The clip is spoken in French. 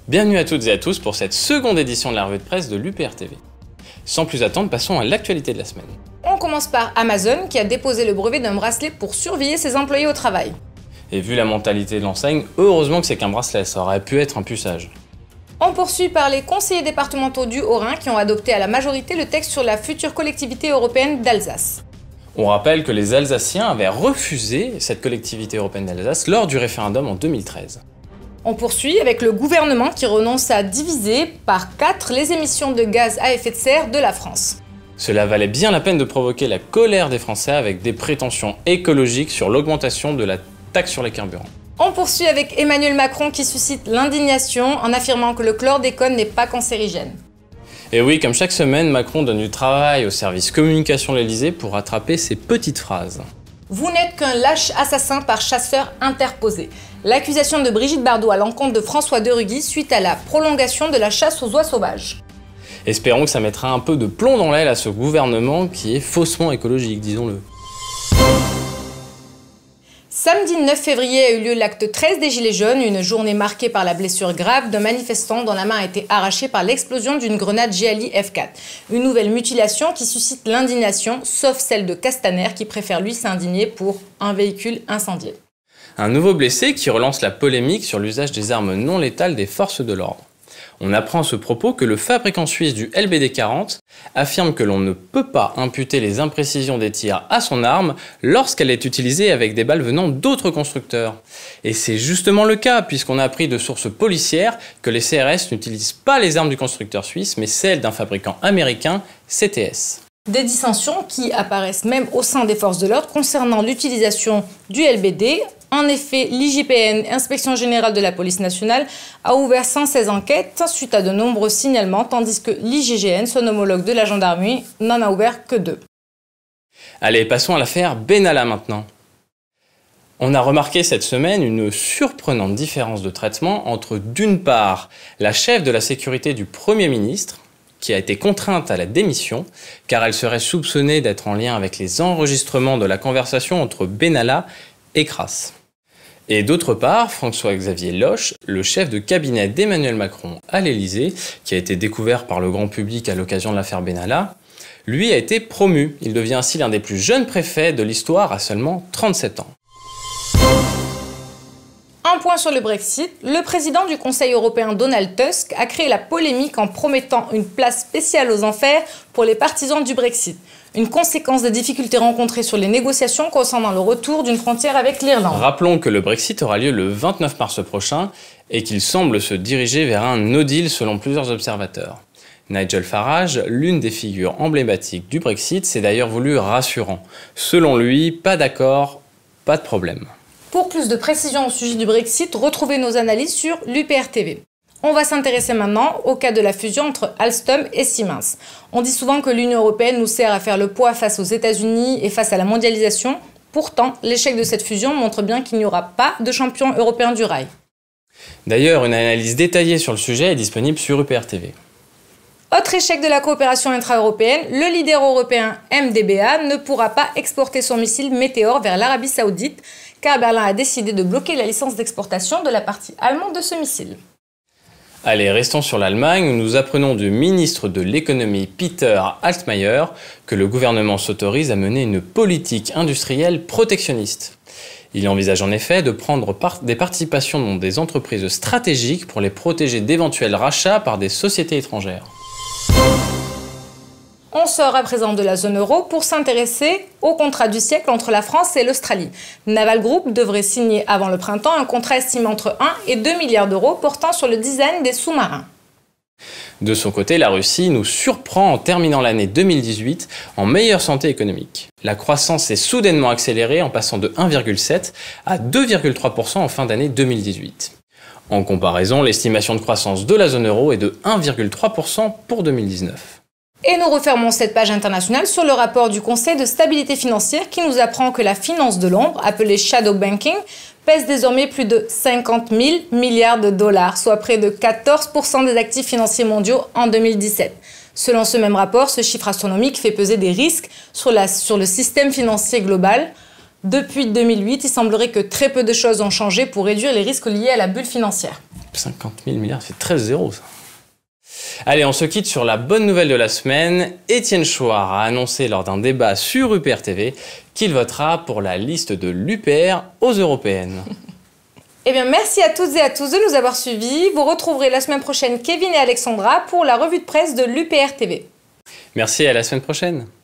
Bienvenue à toutes et à tous pour cette seconde édition de la revue de presse de l'UPR TV. Sans plus attendre, passons à l'actualité de la semaine. On commence par Amazon qui a déposé le brevet d'un bracelet pour surveiller ses employés au travail. Et vu la mentalité de l'enseigne, heureusement que c'est qu'un bracelet, ça aurait pu être un puçage. On poursuit par les conseillers départementaux du Haut-Rhin qui ont adopté à la majorité le texte sur la future collectivité européenne d'Alsace. On rappelle que les Alsaciens avaient refusé cette collectivité européenne d'Alsace lors du référendum en 2013. On poursuit avec le gouvernement qui renonce à diviser par 4 les émissions de gaz à effet de serre de la France. Cela valait bien la peine de provoquer la colère des Français avec des prétentions écologiques sur l'augmentation de la taxe sur les carburants. On poursuit avec Emmanuel Macron qui suscite l'indignation en affirmant que le chlordécone n'est pas cancérigène. Et oui, comme chaque semaine, Macron donne du travail au service communication de l'Elysée pour rattraper ses petites phrases. Vous n'êtes qu'un lâche assassin par chasseur interposé. L'accusation de Brigitte Bardot à l'encontre de François de Rugy suite à la prolongation de la chasse aux oies sauvages. Espérons que ça mettra un peu de plomb dans l'aile à ce gouvernement qui est faussement écologique, disons-le. Samedi 9 février a eu lieu l'acte 13 des Gilets jaunes, une journée marquée par la blessure grave d'un manifestant dont la main a été arrachée par l'explosion d'une grenade GLI F4. Une nouvelle mutilation qui suscite l'indignation, sauf celle de Castaner qui préfère lui s'indigner pour un véhicule incendié. Un nouveau blessé qui relance la polémique sur l'usage des armes non létales des forces de l'ordre. On apprend à ce propos que le fabricant suisse du LBD 40 affirme que l'on ne peut pas imputer les imprécisions des tirs à son arme lorsqu'elle est utilisée avec des balles venant d'autres constructeurs. Et c'est justement le cas puisqu'on a appris de sources policières que les CRS n'utilisent pas les armes du constructeur suisse mais celles d'un fabricant américain, CTS. Des dissensions qui apparaissent même au sein des forces de l'ordre concernant l'utilisation du LBD. En effet, l'IGPN, Inspection Générale de la Police Nationale, a ouvert 116 enquêtes suite à de nombreux signalements, tandis que l'IGGN, son homologue de la gendarmerie, n'en a ouvert que 2. Allez, passons à l'affaire Benalla maintenant. On a remarqué cette semaine une surprenante différence de traitement entre d'une part la chef de la sécurité du Premier ministre, qui a été contrainte à la démission, car elle serait soupçonnée d'être en lien avec les enregistrements de la conversation entre Benalla et Kras. Et d'autre part, François-Xavier Loche, le chef de cabinet d'Emmanuel Macron à l'Elysée, qui a été découvert par le grand public à l'occasion de l'affaire Benalla, lui a été promu. Il devient ainsi l'un des plus jeunes préfets de l'histoire à seulement 37 ans. Un point sur le Brexit, le président du Conseil européen Donald Tusk a créé la polémique en promettant une place spéciale aux enfers pour les partisans du Brexit. Une conséquence des difficultés rencontrées sur les négociations concernant le retour d'une frontière avec l'Irlande. Rappelons que le Brexit aura lieu le 29 mars prochain et qu'il semble se diriger vers un no deal selon plusieurs observateurs. Nigel Farage, l'une des figures emblématiques du Brexit, s'est d'ailleurs voulu rassurant. Selon lui, pas d'accord, pas de problème. Pour plus de précisions au sujet du Brexit, retrouvez nos analyses sur l'UPR TV. On va s'intéresser maintenant au cas de la fusion entre Alstom et Siemens. On dit souvent que l'Union européenne nous sert à faire le poids face aux États-Unis et face à la mondialisation. Pourtant, l'échec de cette fusion montre bien qu'il n'y aura pas de champion européen du rail. D'ailleurs, une analyse détaillée sur le sujet est disponible sur UPR TV. Autre échec de la coopération intra-européenne, le leader européen MDBA ne pourra pas exporter son missile Météor vers l'Arabie Saoudite, car Berlin a décidé de bloquer la licence d'exportation de la partie allemande de ce missile. Allez, restons sur l'Allemagne, où nous apprenons du ministre de l'économie Peter Altmaier que le gouvernement s'autorise à mener une politique industrielle protectionniste. Il envisage en effet de prendre des participations dans des entreprises stratégiques pour les protéger d'éventuels rachats par des sociétés étrangères. On sort à présent de la zone euro pour s'intéresser au contrat du siècle entre la France et l'Australie. Naval Group devrait signer avant le printemps un contrat estimé entre 1 et 2 milliards d'euros portant sur le design des sous-marins. De son côté, la Russie nous surprend en terminant l'année 2018 en meilleure santé économique. La croissance est soudainement accélérée en passant de 1,7 à 2,3% en fin d'année 2018. En comparaison, l'estimation de croissance de la zone euro est de 1,3% pour 2019. Et nous refermons cette page internationale sur le rapport du Conseil de stabilité financière qui nous apprend que la finance de l'ombre, appelée shadow banking, pèse désormais plus de 50 000 milliards de dollars, soit près de 14% des actifs financiers mondiaux en 2017. Selon ce même rapport, ce chiffre astronomique fait peser des risques sur le système financier global. Depuis 2008, il semblerait que très peu de choses ont changé pour réduire les risques liés à la bulle financière. 50 000 milliards, c'est 13 zéros ça. Allez, on se quitte sur la bonne nouvelle de la semaine. Étienne Chouard a annoncé lors d'un débat sur UPR TV qu'il votera pour la liste de l'UPR aux européennes. Eh bien, merci à toutes et à tous de nous avoir suivis. Vous retrouverez la semaine prochaine Kevin et Alexandra pour la revue de presse de l'UPR TV. Merci et à la semaine prochaine.